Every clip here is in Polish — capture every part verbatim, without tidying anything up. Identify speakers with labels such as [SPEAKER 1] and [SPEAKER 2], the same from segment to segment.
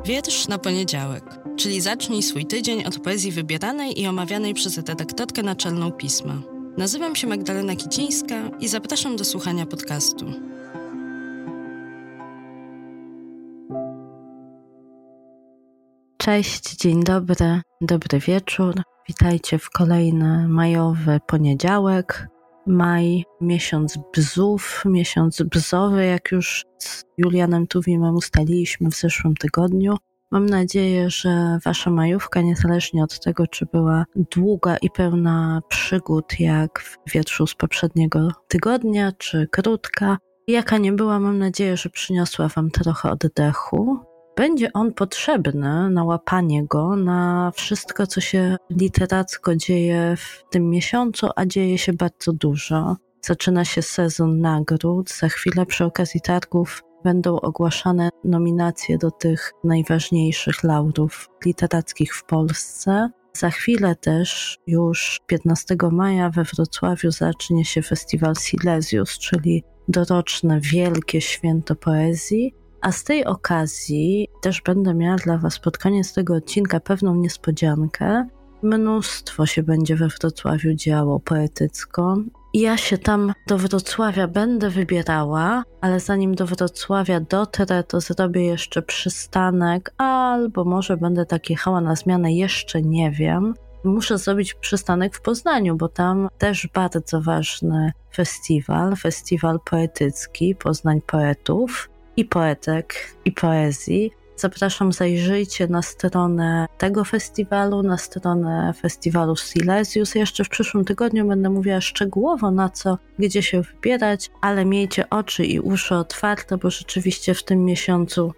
[SPEAKER 1] Wiersz na poniedziałek, czyli zacznij swój tydzień od poezji wybieranej i omawianej przez redaktorkę naczelną pisma. Nazywam się Magdalena Kicińska i zapraszam do słuchania podcastu.
[SPEAKER 2] Cześć, dzień dobry, dobry wieczór. Witajcie w kolejny majowy poniedziałek. Maj, miesiąc bzów, miesiąc bzowy, jak już z Julianem Tuwimem ustaliliśmy w zeszłym tygodniu. Mam nadzieję, że wasza majówka, niezależnie od tego, czy była długa i pełna przygód, jak w wierszu z poprzedniego tygodnia, czy krótka, jaka nie była, mam nadzieję, że przyniosła wam trochę oddechu. Będzie on potrzebny na łapanie go na wszystko, co się literacko dzieje w tym miesiącu, a dzieje się bardzo dużo. Zaczyna się sezon nagród. Za chwilę przy okazji targów będą ogłaszane nominacje do tych najważniejszych laurów literackich w Polsce. Za chwilę też, już piętnastego maja we Wrocławiu zacznie się festiwal Silesius, czyli doroczne wielkie święto poezji. A z tej okazji też będę miała dla was pod koniec tego odcinka pewną niespodziankę. Mnóstwo się będzie we Wrocławiu działo poetycko. I ja się tam do Wrocławia będę wybierała, ale zanim do Wrocławia dotrę, to zrobię jeszcze przystanek, albo może będę tak jechała na zmianę, jeszcze nie wiem. Muszę zrobić przystanek w Poznaniu, bo tam też bardzo ważny festiwal, festiwal poetycki, Poznań Poetów. I poetek, i poezji. Zapraszam, zajrzyjcie na stronę tego festiwalu, na stronę festiwalu Silesius. Jeszcze w przyszłym tygodniu będę mówiła szczegółowo, na co, gdzie się wybierać, ale miejcie oczy i uszy otwarte, bo rzeczywiście w tym miesiącu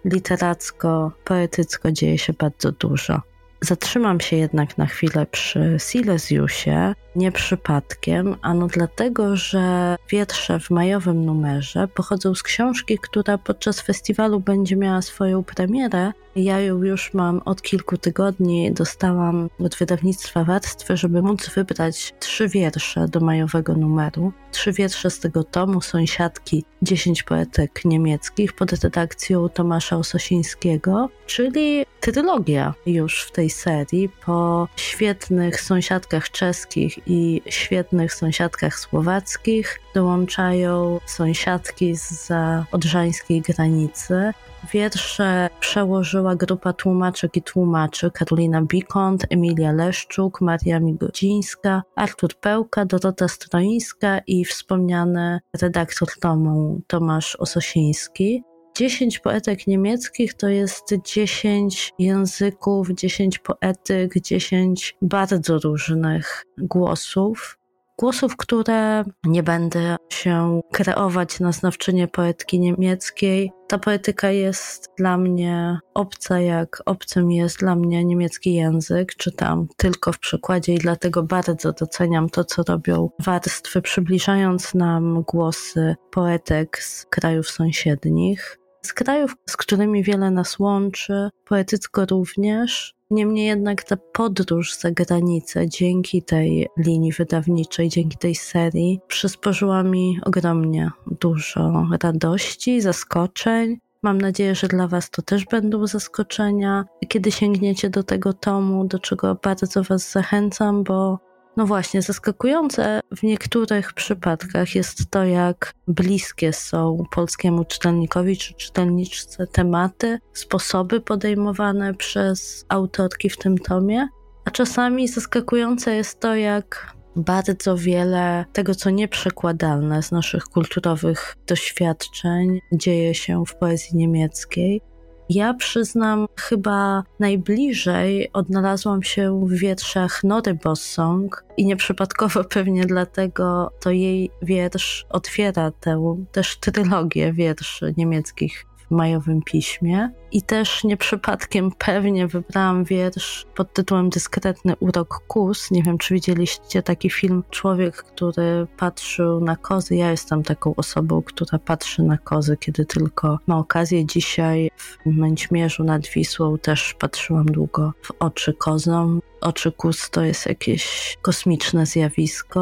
[SPEAKER 2] literacko-poetycko dzieje się bardzo dużo. Zatrzymam się jednak na chwilę przy Silesiusie, nie przypadkiem, ano dlatego, że wiersze w majowym numerze pochodzą z książki, która podczas festiwalu będzie miała swoją premierę. Ja ją już mam od kilku tygodni, dostałam od wydawnictwa Warstwy, żeby móc wybrać trzy wiersze do majowego numeru. Trzy wiersze z tego tomu, Sąsiadki, dziesięć poetek niemieckich pod redakcją Tomasza Ososińskiego, czyli trylogia już w tej serii po świetnych sąsiadkach czeskich i świetnych sąsiadkach słowackich dołączają sąsiadki zza odrzańskiej granicy. Wiersze przełożyła grupa tłumaczek i tłumaczy: Karolina Bikont, Emilia Leszczuk, Maria Migodzińska, Artur Pełka, Dorota Stroińska i wspomniany redaktor tomu Tomasz Ososiński. Dziesięć poetek niemieckich to jest dziesięć języków, dziesięć poetyk, dziesięć bardzo różnych głosów. Głosów, które nie będę się kreować na znawczynię poetki niemieckiej. Ta poetyka jest dla mnie obca, jak obcym jest dla mnie niemiecki język. Czytam tylko w przekładzie i dlatego bardzo doceniam to, co robią warstwy, przybliżając nam głosy poetek z krajów sąsiednich. Z krajów, z którymi wiele nas łączy, poetycko również. Niemniej jednak ta podróż za granicę dzięki tej linii wydawniczej, dzięki tej serii przysporzyła mi ogromnie dużo radości, zaskoczeń. Mam nadzieję, że dla was to też będą zaskoczenia, kiedy sięgniecie do tego tomu, do czego bardzo was zachęcam, bo no właśnie, zaskakujące w niektórych przypadkach jest to, jak bliskie są polskiemu czytelnikowi czy czytelniczce tematy, sposoby podejmowane przez autorki w tym tomie, a czasami zaskakujące jest to, jak bardzo wiele tego, co nieprzekładalne z naszych kulturowych doświadczeń dzieje się w poezji niemieckiej. Ja przyznam, chyba najbliżej odnalazłam się w wierszach Nory Bossong i nieprzypadkowo pewnie dlatego to jej wiersz otwiera tę też trylogię wierszy niemieckich w majowym piśmie. I też nie przypadkiem pewnie wybrałam wiersz pod tytułem Dyskretny urok kus. Nie wiem, czy widzieliście taki film Człowiek, który patrzył na kozy. Ja jestem taką osobą, która patrzy na kozy, kiedy tylko ma okazję. Dzisiaj w Męćmierzu nad Wisłą też patrzyłam długo w oczy kozom. Oczy kus to jest jakieś kosmiczne zjawisko.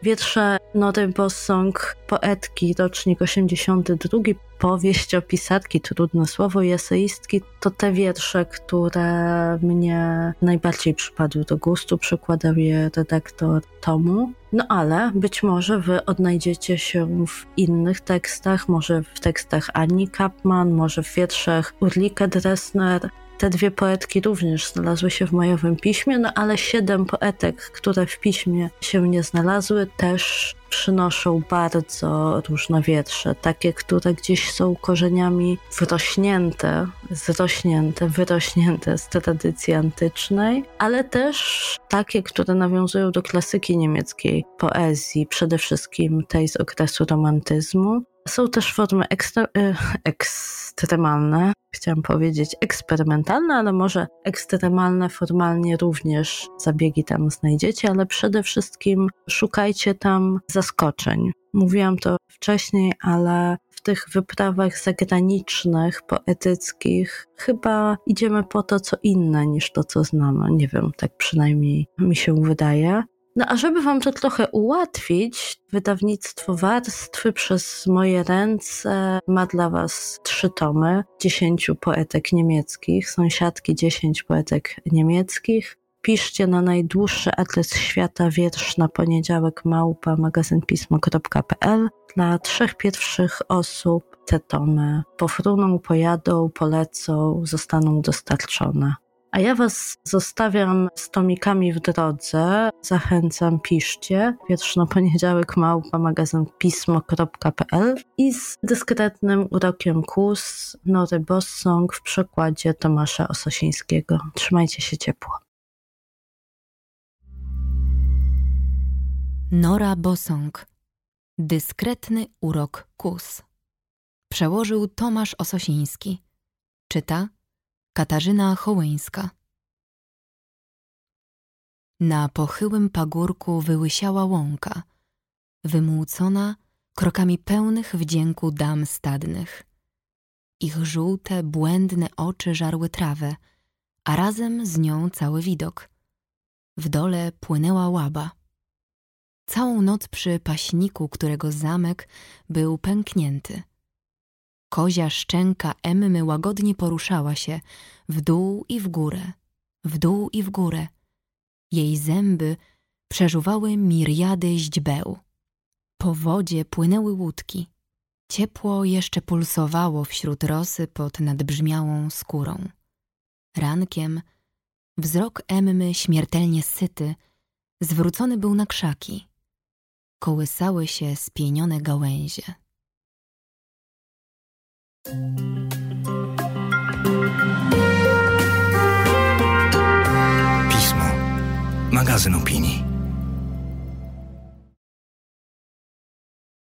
[SPEAKER 2] Wiersze Nory Bosąg, poetki, rocznik osiemdziesiąty drugi, powieściopisarki, trudne słowo, i eseistki, to te wiersze, które mnie najbardziej przypadły do gustu. Przykładał je redaktor tomu. No ale być może wy odnajdziecie się w innych tekstach, może w tekstach Ani Kapman, może w wierszach Ulrike Dressner. Te dwie poetki również znalazły się w majowym piśmie, no ale siedem poetek, które w piśmie się nie znalazły, też przynoszą bardzo różne wiersze. Takie, które gdzieś są korzeniami wrośnięte, zrośnięte, wyrośnięte z tradycji antycznej, ale też takie, które nawiązują do klasyki niemieckiej poezji, przede wszystkim tej z okresu romantyzmu. Są też formy ekstra, e, ekstremalne, chciałam powiedzieć eksperymentalne, ale może ekstremalne formalnie również zabiegi tam znajdziecie, ale przede wszystkim szukajcie tam zaskoczeń. Mówiłam to wcześniej, ale w tych wyprawach zagranicznych, poetyckich chyba idziemy po to, co inne niż to, co znamy. Nie wiem, tak przynajmniej mi się wydaje. No a żeby wam to trochę ułatwić, wydawnictwo Warstwy przez moje ręce ma dla was trzy tomy, dziesięciu poetek niemieckich, sąsiadki dziesięć poetek niemieckich. Piszcie na najdłuższy adres świata wiersz na poniedziałek małpa magazynpismo kropka pe el. Dla trzech pierwszych osób te tomy pofruną, pojadą, polecą, zostaną dostarczone. A ja was zostawiam z tomikami w drodze. Zachęcam, piszcie. Wiersz na poniedziałek małpa magazynpismo kropka pe el i z dyskretnym urokiem Kus Nory Bosąg w przekładzie Tomasza Ososińskiego. Trzymajcie się ciepło.
[SPEAKER 3] Nora Bosąg. Dyskretny urok Kus. Przełożył Tomasz Ososiński. Czyta Katarzyna Hołyńska. Na pochyłym pagórku wyłysiała łąka, wymłócona krokami pełnych wdzięku dam stadnych. Ich żółte, błędne oczy żarły trawę, a razem z nią cały widok. W dole płynęła łaba. Całą noc przy paśniku, którego zamek był pęknięty. Kozia szczęka Emmy łagodnie poruszała się w dół i w górę, w dół i w górę. Jej zęby przeżuwały miriady źdźbeł. Po wodzie płynęły łódki. Ciepło jeszcze pulsowało wśród rosy pod nadbrzmiałą skórą. Rankiem wzrok Emmy śmiertelnie syty zwrócony był na krzaki. Kołysały się spienione gałęzie.
[SPEAKER 4] Pismo. Magazyn opinii.